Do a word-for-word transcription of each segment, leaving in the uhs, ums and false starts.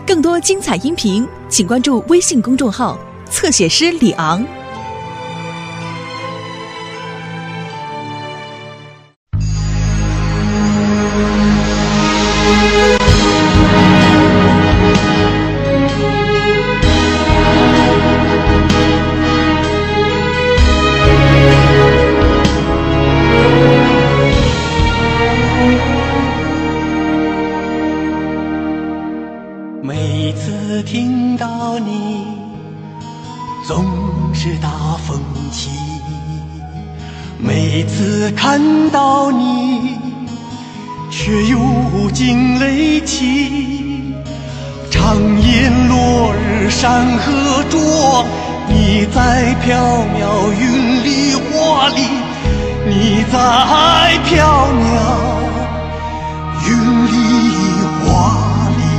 更多精彩音频，请关注微信公众号“侧写师李昂”。 每次听到你，总是大风起；每次看到你，却又惊雷起。长夜落日山河壮，你在缥缈云里花里，你在缥缈云里花里。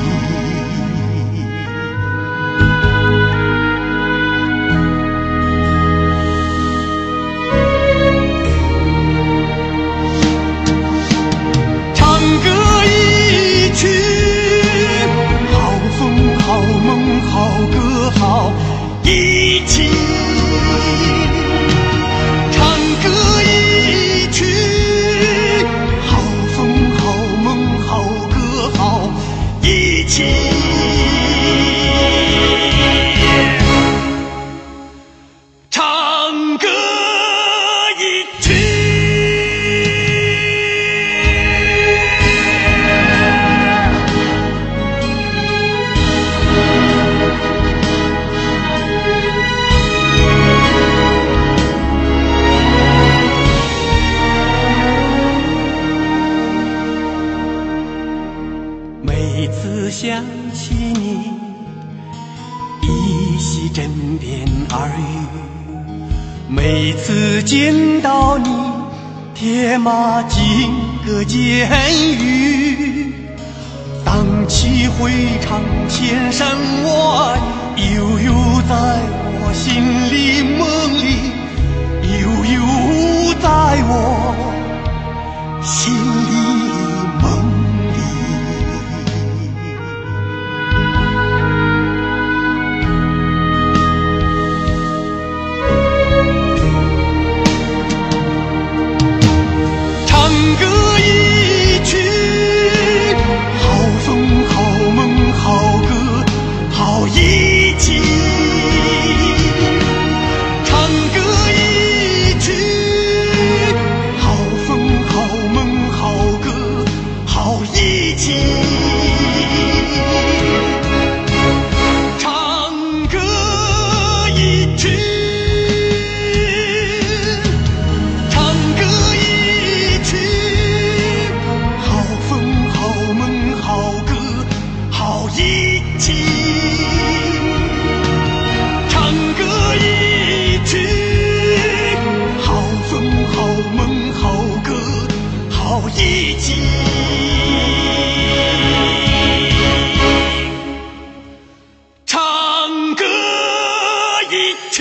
好歌好一起，唱歌一曲，好风好梦好歌好一起，唱歌一曲。每次想起你，依稀枕边耳语；每次见到你，铁马金戈剑雨。荡气回肠千山外，悠悠在我心里梦里，悠悠在我心里梦里。一起唱歌一曲，好风好梦好歌好一起，唱歌一曲，唱歌一曲，好风好梦好歌好一起。好一起，唱歌一曲。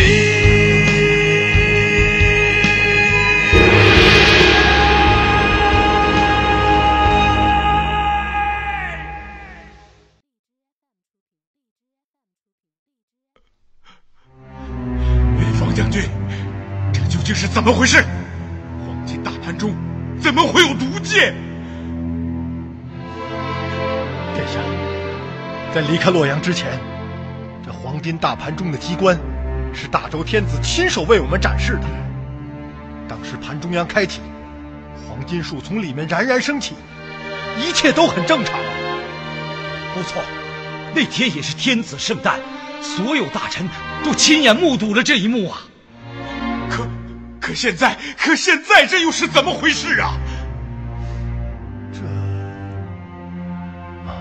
方将军，这究竟是怎么回事？黄金大盘中怎么会有毒箭？ 殿下，在离开洛阳之前，这黄金大盘中的机关是大周天子亲手为我们展示的。当时盘中央开启，黄金树从里面冉冉升起，一切都很正常。 不错，那天也是天子圣诞，所有大臣都亲眼目睹了这一幕啊。 可可现在，可现在这又是怎么回事啊？ 这啊，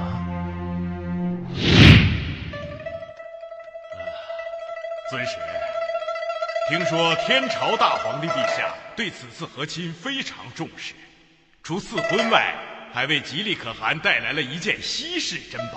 尊使，听说天朝大皇帝陛下对此次和亲非常重视，除赐婚外，还为吉利可汗带来了一件稀世珍宝。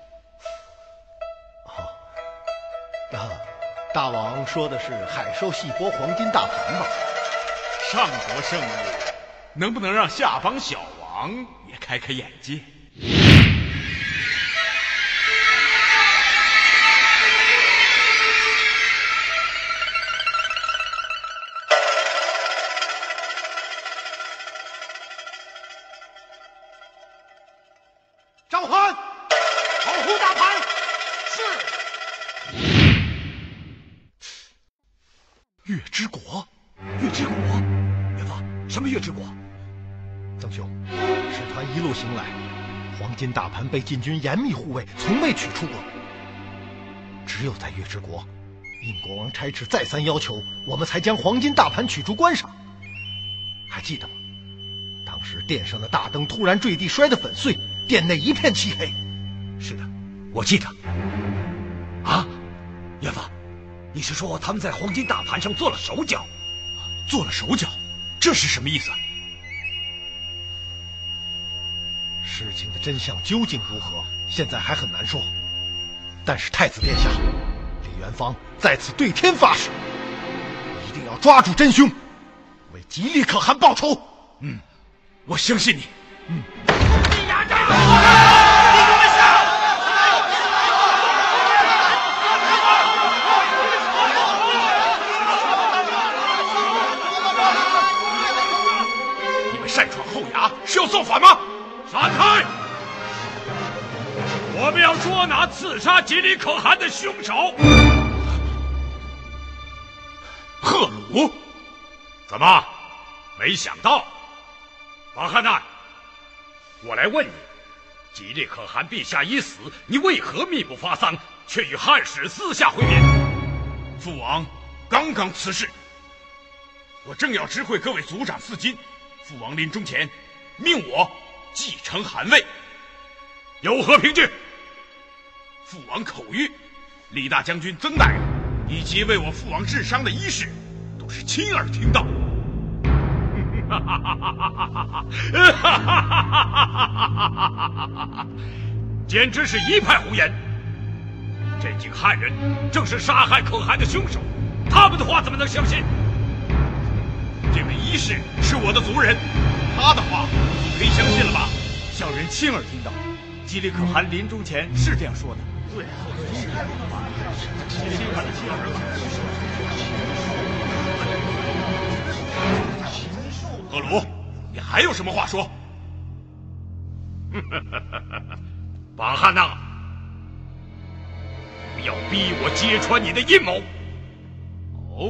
哦，啊，大王说的是海兽细波黄金大盘吧？ 上国圣物，能不能让下方小王也开开眼界？ 张欢，保护大盘。是。月之国， 月之国，元芳，什么月之国？ 曾兄，使团一路行来，黄金大盘被晋军严密护卫，从未取出过。只有在月之国，印国王差斥再三要求，我们才将黄金大盘取出关上。还记得吗？当时殿上的大灯突然坠地，摔得粉碎，殿内一片漆黑。 是的，我记得。啊，元芳，你是说他们在黄金大盘上做了手脚？做了手脚，这是什么意思？ 事情的真相究竟如何，现在还很难说。但是太子殿下，李元芳在此对天发誓，一定要抓住真凶，为吉利可汗报仇。 嗯，我相信你。嗯。 你丫站住！你给我下！ 你们擅闯后衙是要造反吗？闪开！我们要捉拿刺杀吉利可汗的凶手赫鲁。怎么，没想到？巴汗难，我来问你，吉利可汗陛下已死，你为何秘不发丧，却与汉使私下会面？父王刚刚辞世，我正要知会各位族长四金，父王临终前命我继承汗位，有何凭据？父王口谕，李大将军曾大人以及为我父王治伤的医士，都是亲耳听到。简直是一派胡言！这几个汉人正是杀害可汗的凶手，他们的话怎么能相信？这位医士是我的族人，他的话可以相信了吧？ 小人亲耳听到，吉利可汗临终前是这样说的。对， 赫鲁，你还有什么话说？巴汗纳，不要逼我揭穿你的阴谋。哦，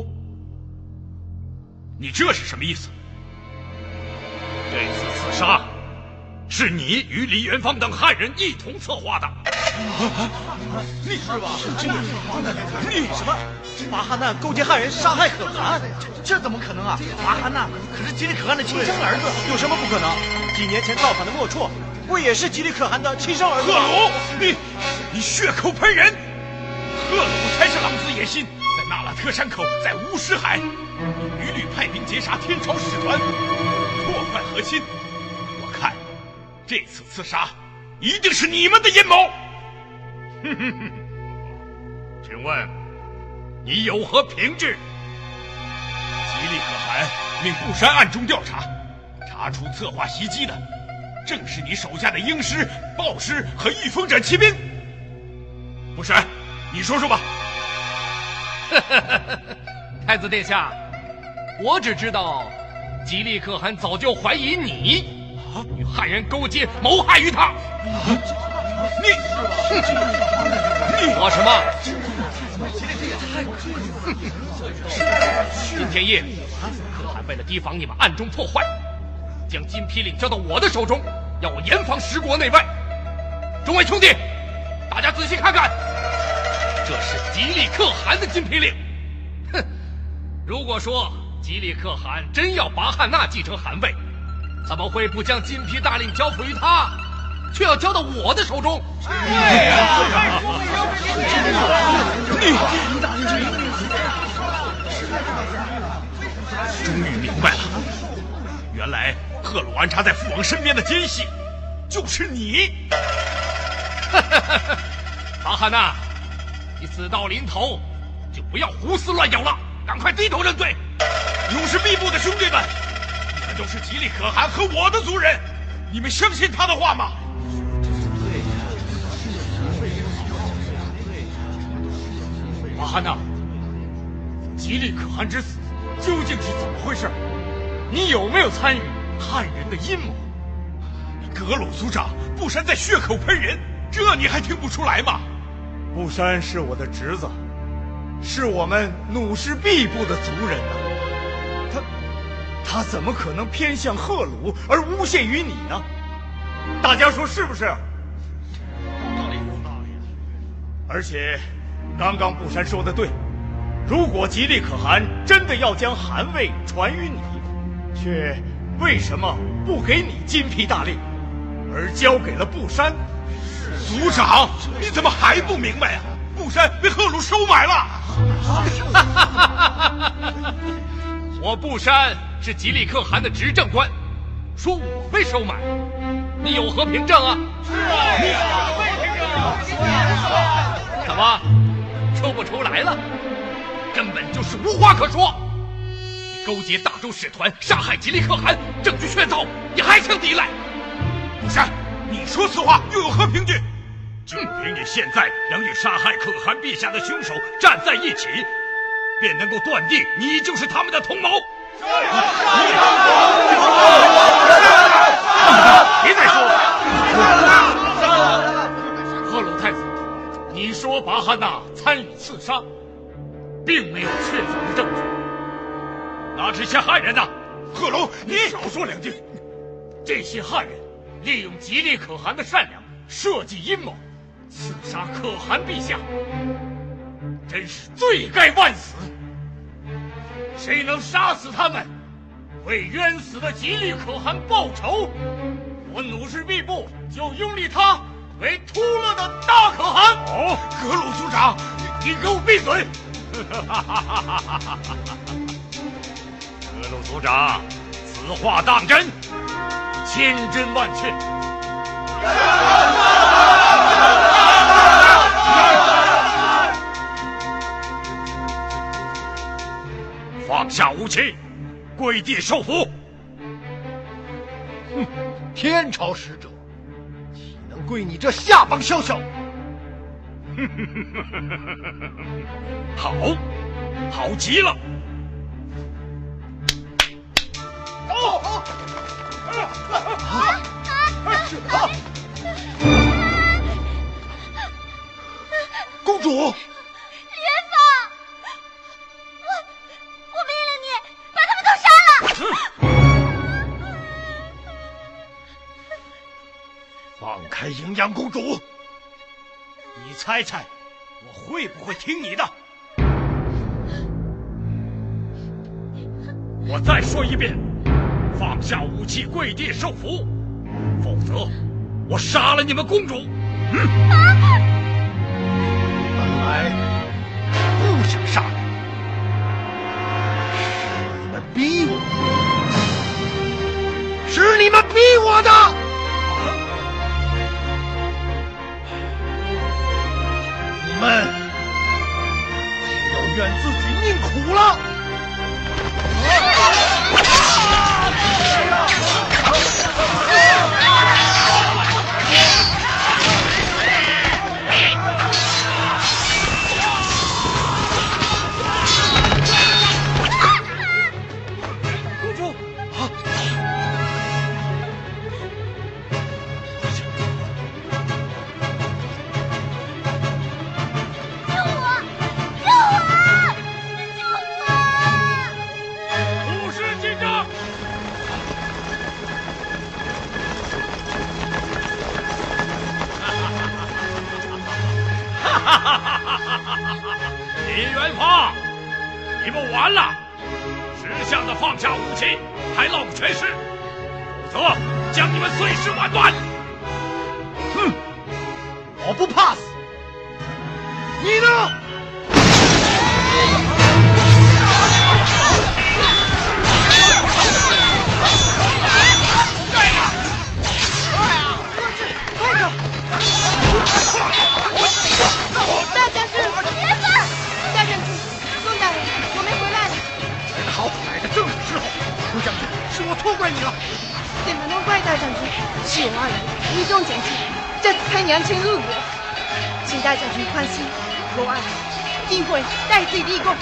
你这是什么意思？这次刺杀是你与李元芳等汉人一同策划的。 你是吧？你什么？巴汗难勾结汉人杀害可汗？这这怎么可能啊？巴汗难可是吉利可汗的亲生儿子，有什么不可能？几年前造反的莫绰，不也是吉利可汗的亲生儿子？ 赫鲁，你你血口喷人！赫鲁才是狼子野心，在那拉特山口，在乌什海，你屡屡派兵截杀天朝使团，破坏和亲。我看这次刺杀一定是你们的阴谋。哼哼哼，请问你有何凭据？吉利可汗命布山暗中调查，查出策划袭击的正是你手下的鹰师、豹师和御风斩骑兵。布山，你说说吧。 太子殿下，我只知道吉利可汗早就怀疑你与汉人勾结，谋害于他。 你你说什么？今天夜，可汗为了提防你们暗中破坏，将金批令交到我的手中，要我严防十国内外。众位兄弟，大家仔细看看，这是吉利可汗的金批令。哼，如果说吉利可汗真要拔汉纳继承汗位，怎么会不将金批大令交付于他，却要交到我的手中？ 哎呀！你终于明白了，原来赫鲁安插在父王身边的奸细就是你。 拔汗纳，你死到临头就不要胡思乱咬了，赶快低头认罪。 勇士密布的兄弟们，你们都是吉利可汗和我的族人，你们相信他的话吗？ 巴汗纳，吉利可汗之死究竟是怎么回事？你有没有参与汉人的阴谋？ 哥， 格鲁族长，不山在血口喷人，这你还听不出来吗？ 不山是我的侄子，是我们弩师毕部的族人呐、啊。他他怎么可能偏向赫鲁而诬陷于你呢？大家说是不是？ 有道理，有道理。 而且，刚刚不山说的对，如果吉利可汗真的要将汗位传于你，却为什么不给你金皮大令，而交给了不山？ 族长，你怎么还不明白啊？不山被赫鲁收买了。 我不山是吉利可汗的执政官，说我被收买，你有何凭证啊？是啊，怎么说不出来了？根本就是无话可说。你勾结大周使团杀害吉利可汗，证据确凿，你还想抵赖？ 不山，你说此话又有何凭据？就凭你现在能与杀害可汗陛下的凶手站在一起，便能够断定你就是他们的同谋。 别再说了。赫鲁太子，你说拔哈纳参与刺杀，并没有确凿的证据。 那这些汉人呢？赫鲁，你少说两句。 这些汉人利用吉利可汗的善良，设计阴谋，刺杀可汗陛下，真是罪该万死。谁能杀死他们，为冤死的吉利可汗报仇，我弩师毕部就拥立他为秃了的大可汗。 哦，格鲁族长， 你给我闭嘴！ 格鲁族长，此话当真？ 千真万确。 放下武器，跪地受服。 哼，天朝使者，岂能跪你这下邦宵小？ 好，好极了。 哦哦啊！公主， 元芳，我我命令你把他们都杀了。 放开盈阳公主！ 你猜猜，我会不会听你的？ 我再说一遍，放下武器，跪地受服，否则我杀了你们公主。嗯。 本来不想杀你，是你们逼我，是你们逼我的。你们就怨自己命苦了。 公主，啊！ 救我！救我！救我！ 武士进帐。 哈哈哈哈哈哈！李元芳，你们完了！识相的放下武器，还落个全尸，否则将你们碎尸万段！ 哼，我不怕死，你呢？ 大将军，元芳！大将军，宋大人，我们回来了。 来得好，来得正是时候。楚将军，是我错怪你了。 怎么能怪大将军？是我二人义重前进，这才娘亲恶果。请大将军宽心，我二人定会代罪立功。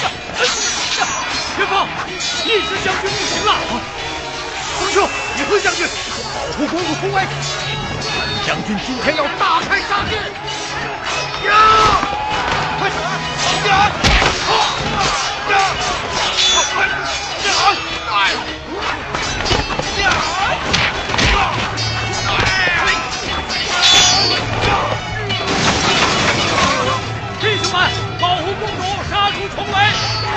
前方，一支将军不行了！ 公主，李逵将军，保护公主突围！将军今天要大开杀戒！呀！快！呀！啊！呀！快！呀！哎！呀！ 弟兄们，保护公主，杀出重围！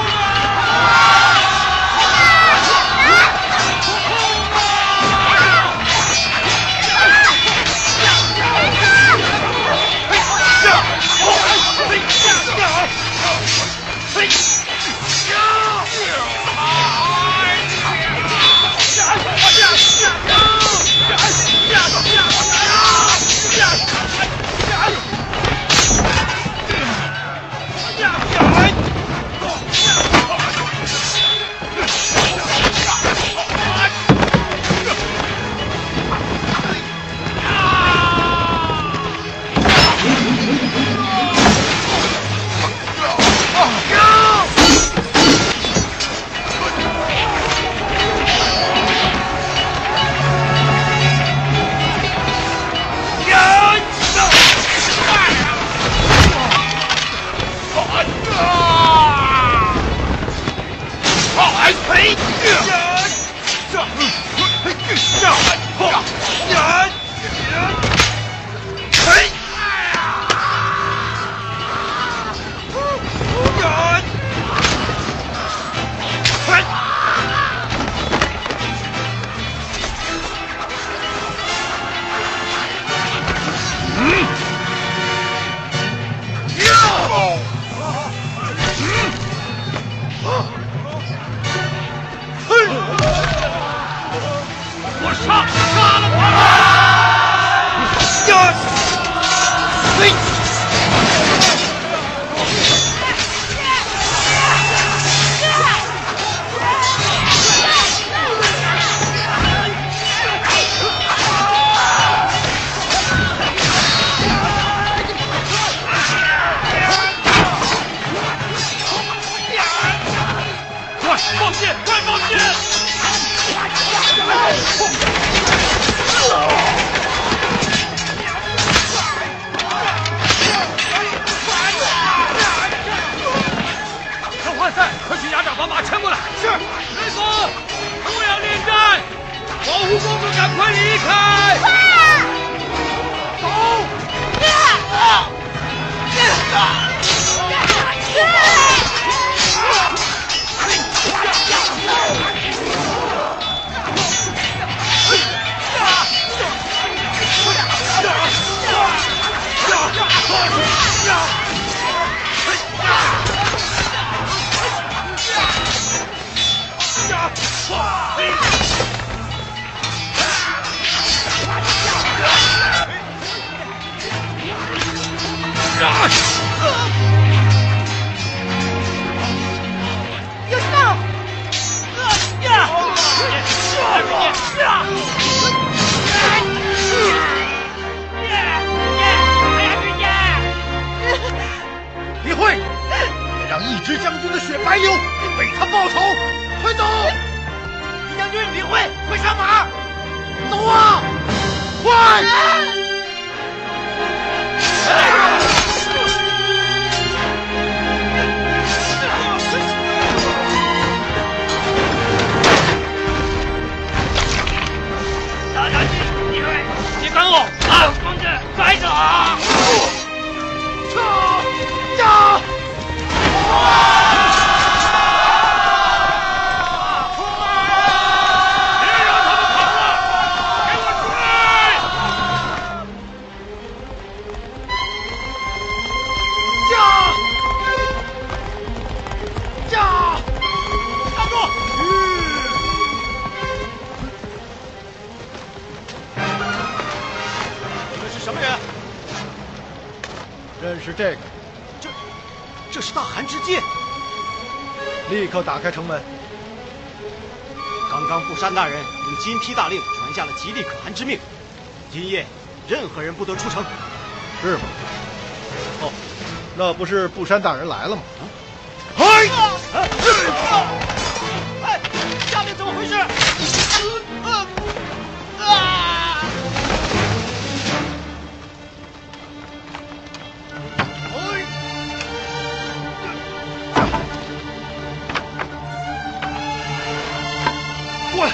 是这个， 这，这是大汗之戒。 立刻打开城门。 刚刚布山大人领金批大令传下了吉利可汗之命，今夜任何人不得出城。 是吗？哦，那不是布山大人来了吗？ 啊， 哎！哎，下面怎么回事？啊啊！哎！过来，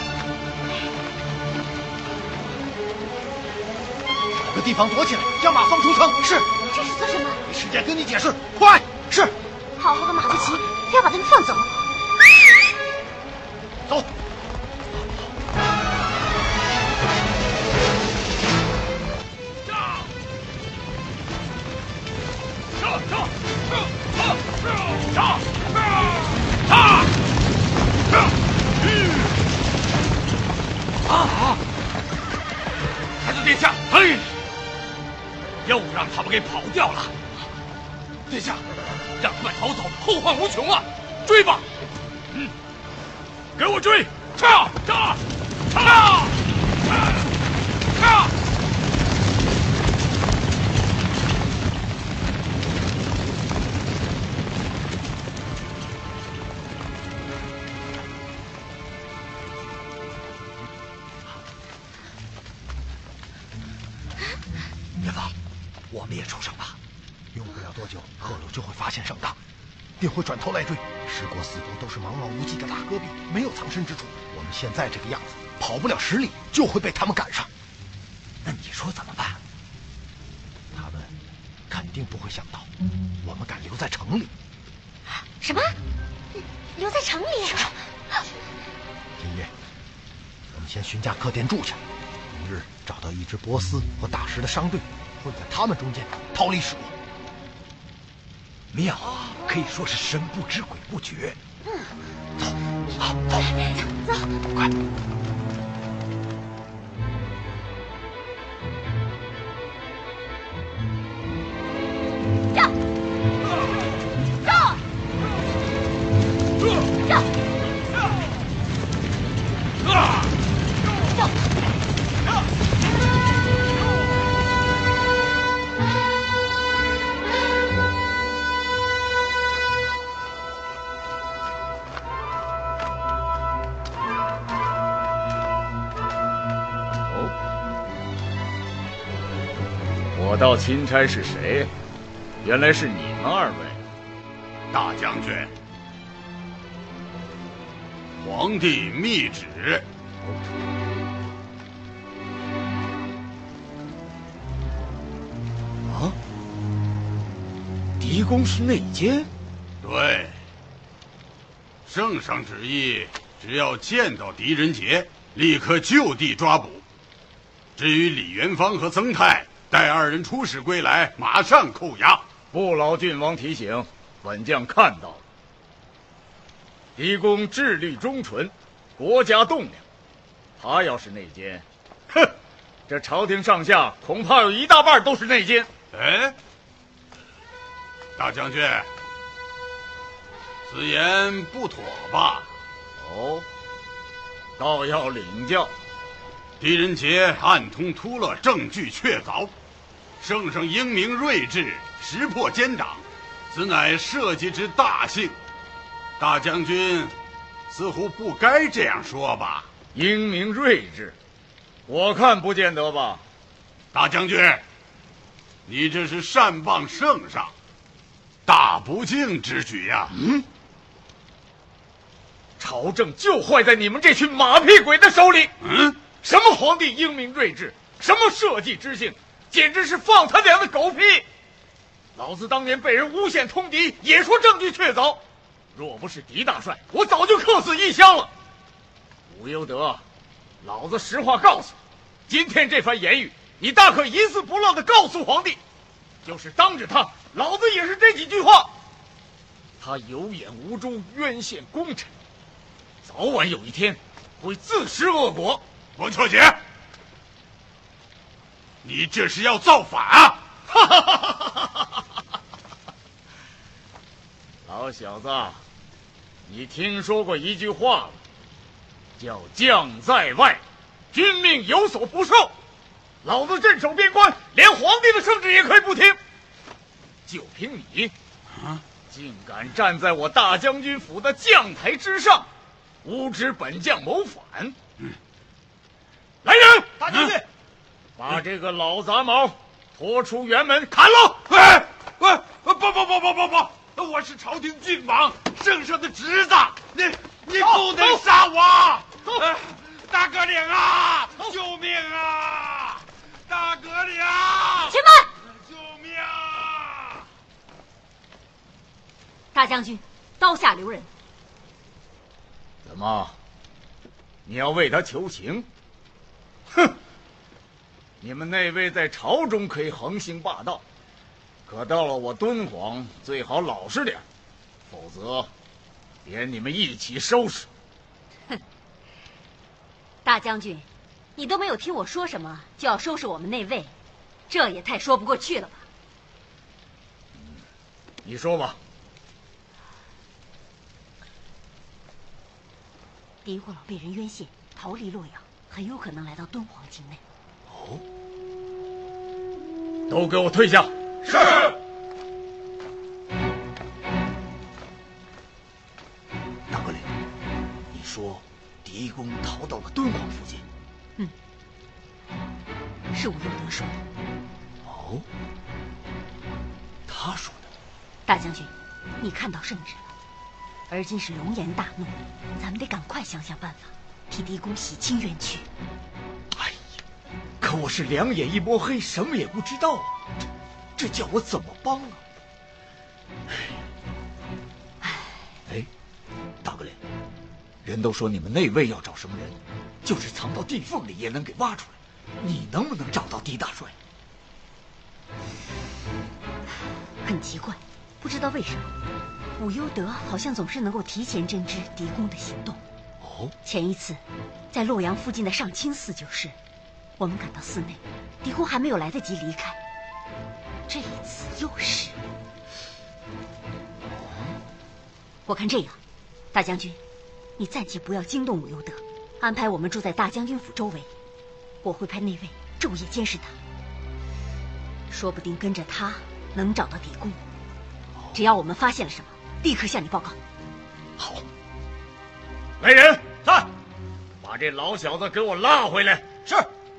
找个地方躲起来，将马放出城。是。 这是做什么？ 没时间跟你解释，快！是。 好好的马不齐，非要把他们放走。 走。 啊！太子殿下，哎，又让他们给跑掉了。殿下，让他们逃走，后患无穷啊！追吧！嗯，给我追！杀！杀！杀！杀！ 别走，我们也出城吧。用不了多久，贺鲁就会发现上当，定会转头来追。十国四国都是茫茫无际的大戈壁，没有藏身之处。我们现在这个样子，跑不了十里就会被他们赶上。那你说怎么办？他们肯定不会想到，我们敢留在城里。 什么？留在城里？ 今夜，我们先寻家客店住下，明日找到一支波斯或大食的商队，混在他们中间逃离使国。妙啊，可以说是神不知鬼不觉。嗯，走，好，走， 走， 快！ 上，上，上， 啊！ 上！ 我道钦差是谁？原来是你们二位。 大将军，皇帝密旨。 啊？狄公是内奸？ 对。圣上旨意，只要见到狄仁杰，立刻就地抓捕。至于李元芳和曾泰，待二人出使归来，马上扣押。 不劳郡王提醒，本将看到了。狄公智力忠纯，国家栋梁。他要是内奸，哼，这朝廷上下恐怕有一大半都是内奸。 哎，大将军，此言不妥吧？ 哦，倒要领教。 狄仁杰暗通突勒，证据确凿。圣上英明睿智，识破奸党，此乃社稷之大幸。大将军似乎不该这样说吧？ 英明睿智，我看不见得吧。 大将军，你这是擅谤圣上，大不敬之举呀！ 嗯，朝政就坏在你们这群马屁鬼的手里。 嗯， 什么皇帝英明睿智，什么社稷之幸，简直是放他娘的狗屁！老子当年被人诬陷通敌，也说证据确凿。若不是狄大帅，我早就客死异乡了。吴攸德，老子实话告诉你，今天这番言语，你大可一字不漏地告诉皇帝，就是当着他，老子也是这几句话。他有眼无珠，冤陷功臣，早晚有一天会自食恶果。 王秋杰，你这是要造反啊！ 哈哈哈哈哈！老小子，你听说过一句话吗？叫将在外，君命有所不受。老子镇守边关，连皇帝的圣旨也可以不听。就凭你， 啊， 竟敢站在我大将军府的将台之上，诬知本将谋反！嗯、来人， 大将军，嗯、 把这个老杂毛拖出辕门砍了！ 哎，喂，不不不不不不，我是朝廷郡王圣上的侄子，你你不能杀我！呃、大哥领啊，救命啊！大哥领， 且慢！ 救命啊！ 大将军，刀下留人。 怎么？你要为他求情？哼！你们那位在朝中可以横行霸道，可到了我敦煌，最好老实点，否则连你们一起收拾。 哼！大将军，你都没有听我说什么，就要收拾我们那位，这也太说不过去了吧？ 嗯，你说吧。 狄国老被人冤陷，逃离洛阳，很有可能来到敦煌境内。 哦，都给我退下！ 是。 大哥领，你说狄公逃到了敦煌附近？ 嗯，是吴有德说的。 哦，他说的。 大将军，你看到圣旨了。而今是龙颜大怒，咱们得赶快想想办法，替狄公洗清冤屈。 哎呀，可我是两眼一摸黑，什么也不知道，这这叫我怎么帮啊？哎，哎，大哥领，人都说你们内卫要找什么人，就是藏到地缝里也能给挖出来，你能不能找到狄大帅？ 很奇怪，不知道为什么。武攸德好像总是能够提前侦知狄公的行动。 哦， 前一次，在洛阳附近的上清寺就是，我们赶到寺内，狄公还没有来得及离开。这一次又是。我看这样，大将军，你暂且不要惊动武攸德，安排我们住在大将军府周围，我会派内卫昼夜监视他，说不定跟着他能找到狄公。只要我们发现了什么，立刻向你报告。 好。 来人，在，把这老小子给我拉回来。 是。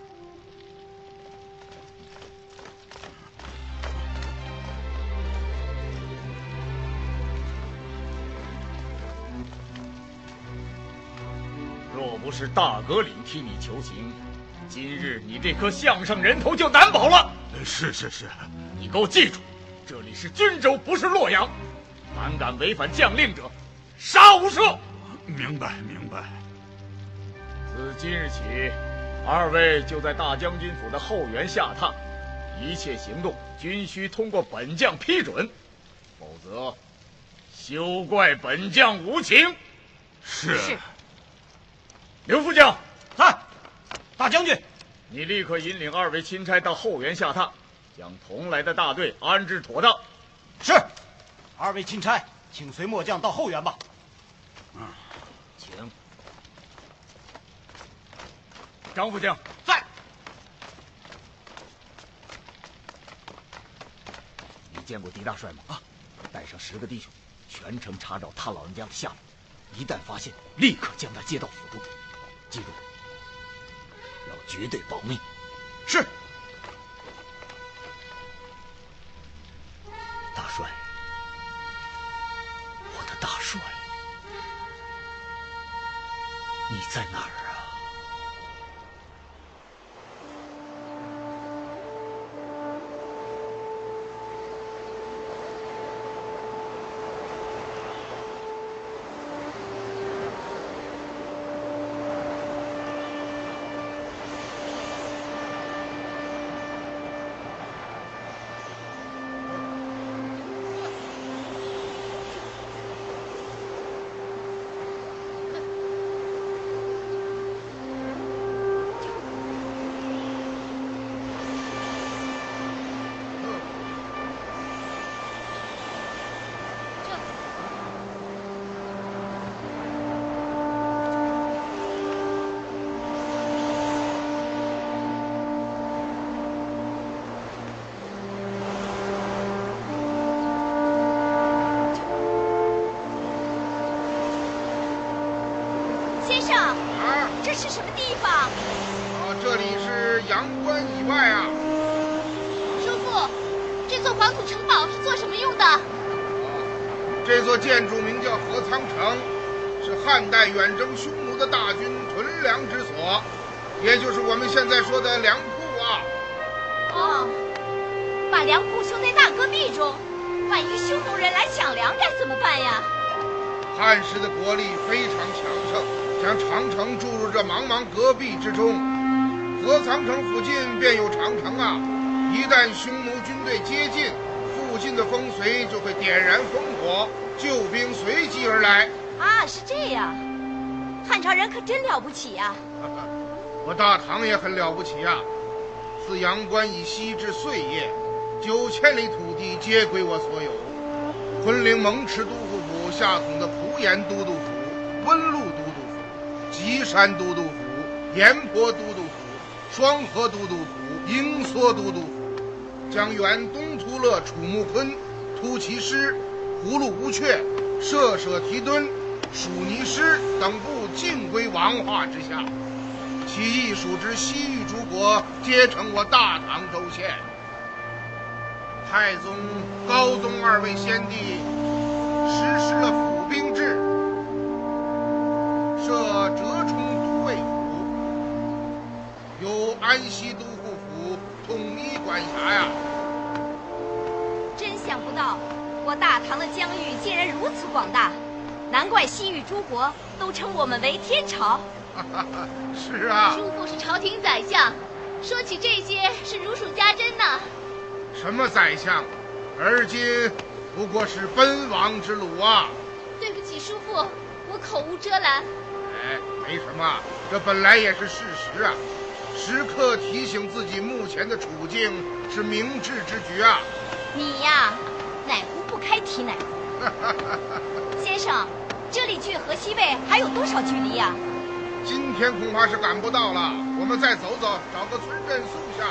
若不是大哥领替你求情，今日你这颗项上人头就难保了。 是是是， 你给我记住，这里是均州，不是洛阳。胆敢违反将令者，杀无赦！ 明白明白。 自今日起，二位就在大将军府的后园下榻，一切行动均需通过本将批准，否则休怪本将无情。 是。 是。 刘副将， 在。大将军， 你立刻引领二位钦差到后园下榻，将同来的大队安置妥当。 是。二位钦差，请随末将到后园吧。 嗯，请。张副将在。 你见过狄大帅吗？ 啊， 带上十个弟兄，全程查找他老人家的下落，一旦发现，立刻将他接到府中。记住，要绝对保密。 是。 大帅。大帅，你在哪儿啊？ 先生， 啊， 这是什么地方？ 啊，这里是阳关以外啊。 叔父，这座黄土城堡是做什么用的？ 啊，这座建筑名叫河仓城，是汉代远征匈奴的大军屯粮之所，也就是我们现在说的粮铺啊。 哦，把粮铺修在大戈壁中，万一匈奴人来抢粮该怎么办呀？ 汉时的国力非常强盛，将长城注入这茫茫戈壁之中。河仓城附近便有长城啊，一旦匈奴军队接近，附近的风随就会点燃烽火，救兵随即而来。 啊，是这样，汉朝人可真了不起呀！ 我大唐也很了不起呀，自阳关以西至碎叶，九千里土地皆归我所有。昆陵蒙池都护府下统的蒲岩都督府、温陆都督府、吉山都督府、盐坡都督府、双河都督府、鹰梭都督府，将原东突勒楚木坤、突骑师、葫芦吴阙、射舍提敦、蜀尼师等部尽归王化之下，其邑属之西域诸国皆成我大唐州县。太宗、高宗二位先帝实施了府兵制，设折冲都尉府，由安西都护府统一管辖呀。 真想不到，我大唐的疆域竟然如此广大，难怪西域诸国都称我们为天朝。 是啊， 叔父是朝廷宰相，说起这些是如数家珍呢。 什么宰相，而今不过是奔王之虏啊！ 对不起，叔父，我口无遮拦。 哎，没什么，这本来也是事实啊。时刻提醒自己目前的处境是明智之举啊。 你呀，哪壶不开提哪壶。先生，这里距河西卫还有多少距离呀？ 今天恐怕是赶不到了，我们再走走，找个村镇宿下。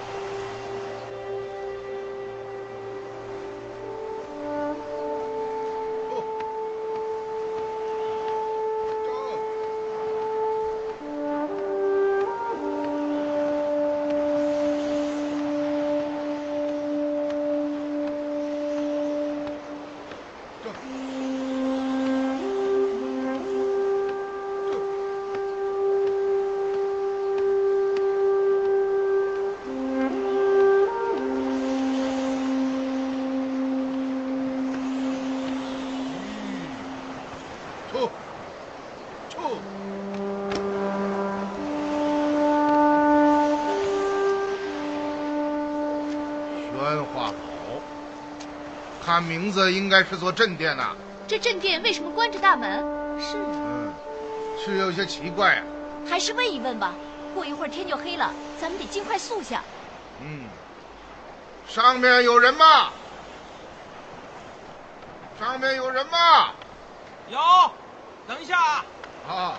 看名字应该是座镇店呐、啊。 这镇店为什么关着大门？ 是， 嗯，是有些奇怪啊。 还是问一问吧。过一会儿天就黑了，咱们得尽快速下。 嗯，上面有人吗？上面有人吗？ 有，等一下啊。 啊。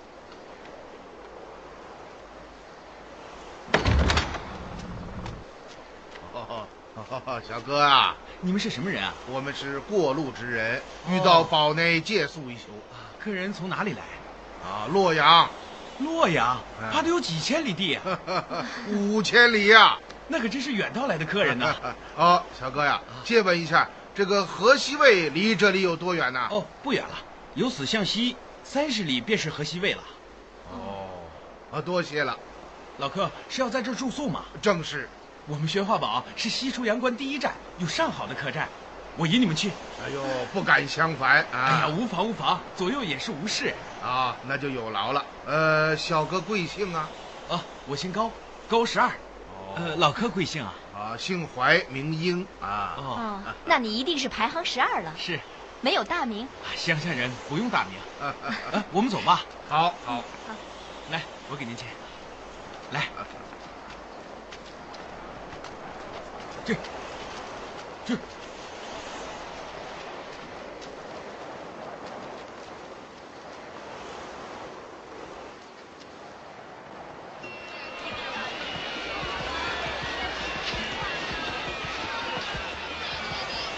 哦，小哥啊， 你们是什么人啊？ 我们是过路之人，欲到堡内借宿一宿。 啊，客人从哪里来？ 啊，洛阳。 洛阳，怕得有几千里地， 五千里呀、啊！ 那可真是远道来的客人呐。 哦，小哥呀，借问一下，这个河西卫离这里有多远呢？ 哦，不远了，由此向西三十里便是河西卫了。 哦，啊，多谢了。 老客是要在这儿住宿吗？ 正是。 我们宣化堡是西出阳关第一站，有上好的客栈，我引你们去。 哎呦，不敢相烦啊！ 哎呀，无妨无妨，左右也是无事。 啊，那就有劳了。呃，小哥贵姓啊？ 啊，我姓高，高十二。哦、呃，老客贵姓啊？ 啊，姓怀，名英啊。 哦，哦那你一定是排行十二了。 是， 没有大名。 乡下人不用大名。啊啊啊、我们走吧。 好，好， 好。 来，我给您钱。来。这，这。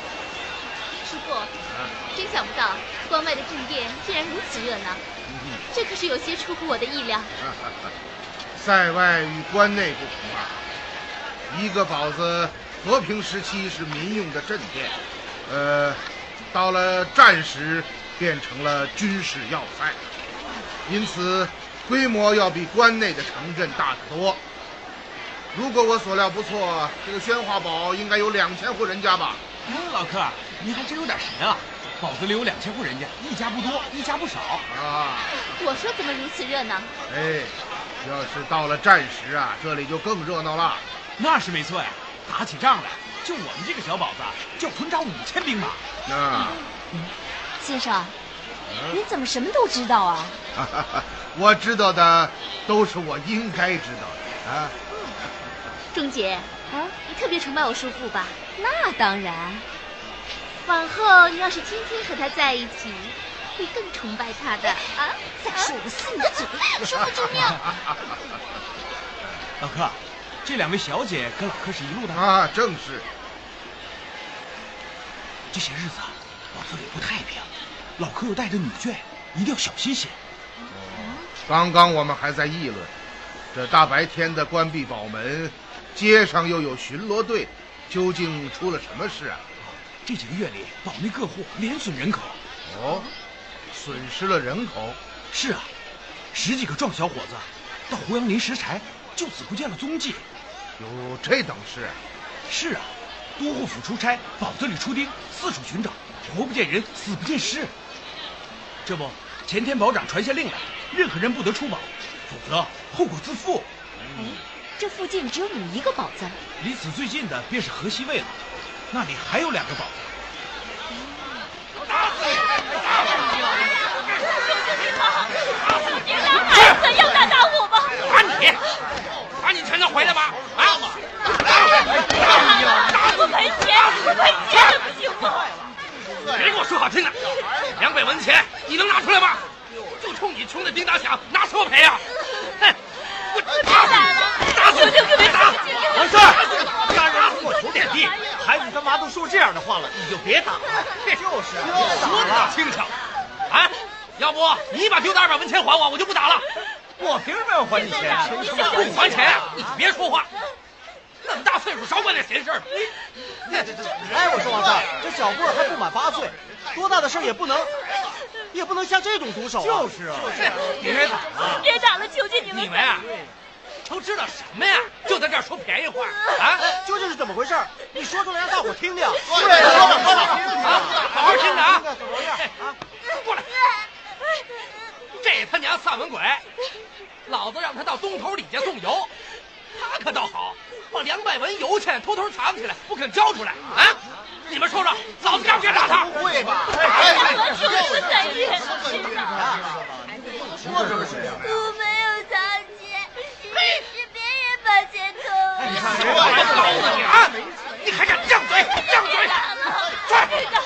真想不到，关外的镇店竟然如此热闹。 嗯、 这可是有些出乎我的意料。 塞外与关内不同啊，一个堡子和平时期是民用的镇店，呃，到了战时变成了军事要塞，因此规模要比关内的城镇大得多。如果我所料不错，这个宣化堡应该有两千户人家吧？ 哎，老客，您还真有点神啊！堡子里有两千户人家，一家不多，一家不少啊。 我说怎么如此热闹？ 哎，要是到了战时啊，这里就更热闹了。 那是没错呀，打起仗来，就我们这个小堡子，就要屯扎五千兵马。 啊， 嗯、先生，嗯、您怎么什么都知道啊？ 我知道的都是我应该知道的啊。 钟姐，啊，你特别崇拜我叔父吧？ 那当然。 往后你要是天天和他在一起，会更崇拜他的啊！ 再说我撕你的嘴， 叔父救命！ 老客，这两位小姐跟老客是一路的啊，正是。 这些日子堡子里不太平，老客又带着女眷，一定要小心些。 刚刚我们还在议论，这大白天的关闭堡门，街上又有巡逻队，究竟出了什么事啊？ 这几个月里，堡内各户连损人口。 哦，损失了人口？ 是啊，十几个壮小伙子到胡杨林拾柴，就此不见了踪迹。 有这等事？ 是啊，都护府出差，堡子里出丁，四处寻找，活不见人，死不见尸。这不，前天堡长传下令来，任何人不得出堡，否则后果自负。 哎，这附近只有你一个堡子， 离此最近的便是河西卫了。那里还有两个堡子。 打死你！打死你！求求你了！别打孩子，要打打我吧！ 打你！打你才能回来吧？啊！ 打我赔钱！我赔钱不行吗？ 别给我说好听的，两百文钱你能拿出来吗？就冲你穷的叮当响，拿什么赔啊？哼！ 我打了！打死！求求各位打！ 完事儿！杀人不过求点地。孩子他妈都说这样的话了，你就别打了。 就是啊，说的倒轻巧。啊，要不你把丢的二百文钱还我，我就不打了。 我凭什么要还你钱？ 不还钱，你就别说话。那么大岁数，少管点闲事儿。 哎，我说王三，这小棍还不满八岁，多大的事也不能，也不能下这种毒手啊。就是啊， 别打了， 别打了，求求你们！ 你们啊，都知道什么呀？就在这儿说便宜话啊！ 究竟是怎么回事？你说出来让大伙听听。 对，说了说了啊，好好听着啊！过来，这他娘丧文鬼，老子让他到东头李家送油，他可倒好，把两百文油钱偷偷藏起来，不肯交出来啊！你们说说，老子该不该打他？ 不会吧？ 我是不是三月？ 说什么谁呀？ 我没有藏钱，是别人把钱偷了。 你看，我告诉你啊，你还敢犟嘴？犟嘴！去！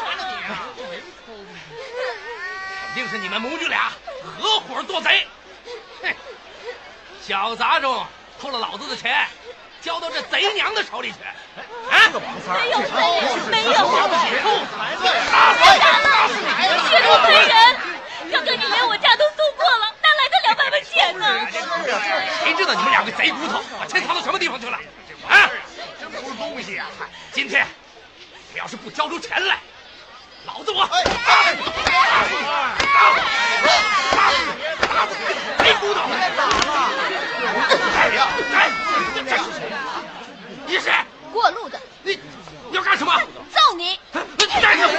肯定是你们母女俩合伙做贼。哼，小杂种偷了老子的钱，交到这贼娘的手里去。啊！ 没有没有没有！ 打死打死你！血口喷人！刚刚你连我家都送过了，哪来的两百文钱呢？ 谁知道你们两个贼骨头把钱藏到什么地方去了？啊！ 真不是东西啊！ 今天你要是不交出钱来，老子我打死你！打死你！打死你！贼骨头！ 打了！ 哎呀！哎，这是谁？你是谁？ 过路的。 你你要干什么？ 揍你！ 干什么？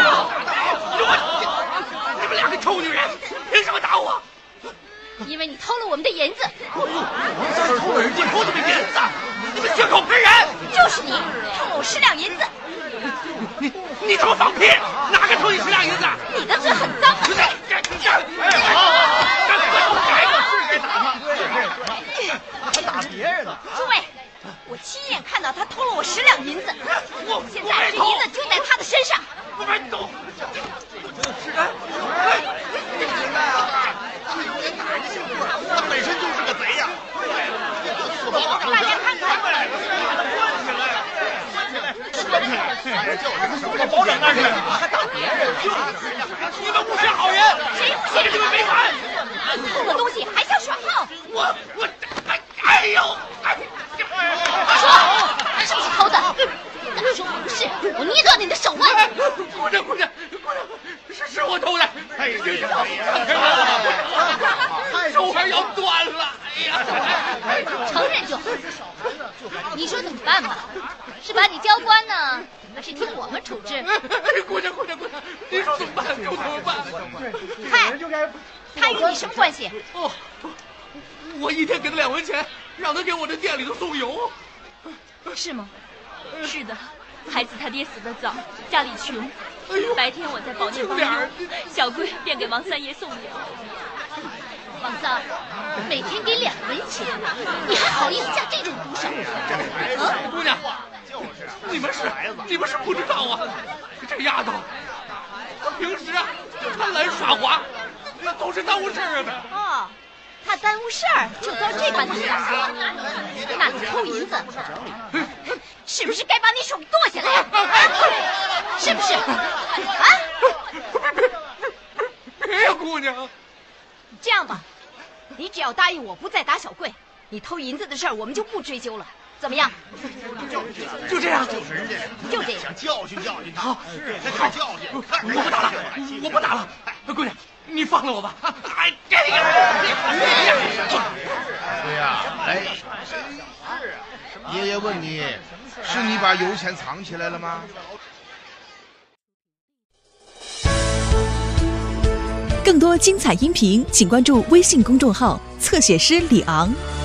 你们两个臭女人，凭什么打我？ 因为你偷了我们的银子。 王三偷了人家偷的银子，你们血口喷人！ 就是你偷了我十两银子。 你你他妈放屁！哪个偷你十两银子？ 你的嘴很脏。 干干干！哎，好，干改个是该打他， 还打别人呢。 诸位，我亲眼看到他偷了我十两银子， 我现在这银子就在他的身上。 我没偷。 他本身就是个贼呀！ 大家看看， 我保长那是还打别人， 你们不是好人， 谁不信？ 你们没完！ 偷了东西还想耍横？ 我我哎哎呦！哎， 说是不是偷的？敢说不是，我捏断你的手腕！ 姑娘姑娘姑娘，是是我偷的！哎呀，手还要断了！哎呀， 承认就好。你说怎么办吧？是把你交官呢，还是听我们处置？ 哎，姑娘姑娘姑娘，你说怎么办就怎么办？ 嗨，他与你什么关系？ 哦，我一天给他两文钱，让他给我这店里头送油。 是吗？是的，孩子他爹死得早，家里穷。 哎呦， 白天我在保定帮佣，小贵便给王三爷送油。 王三，每天给两文钱，你还好意思下这种毒手？ 啊，姑娘，你们是你们是不知道啊，这丫头，她平时啊贪婪耍滑，那都是耽误事儿啊她。 哦，她耽误事儿就遭这般的打，那你偷银子，是不是该把你手剁下来？是不是？啊？ 别呀，姑娘。 这样吧，你只要答应我不再打小贵，你偷银子的事儿我们就不追究了，怎么样？ 就这样， 就这样， 想教训教训他。 好， 是，快教训！ 我不打了，我不打了。姑娘，你放了我吧。哎，这个， 对呀，哎，爷爷问你，是你把油钱藏起来了吗？ 更多精彩音频，请关注微信公众号“侧写师李昂”。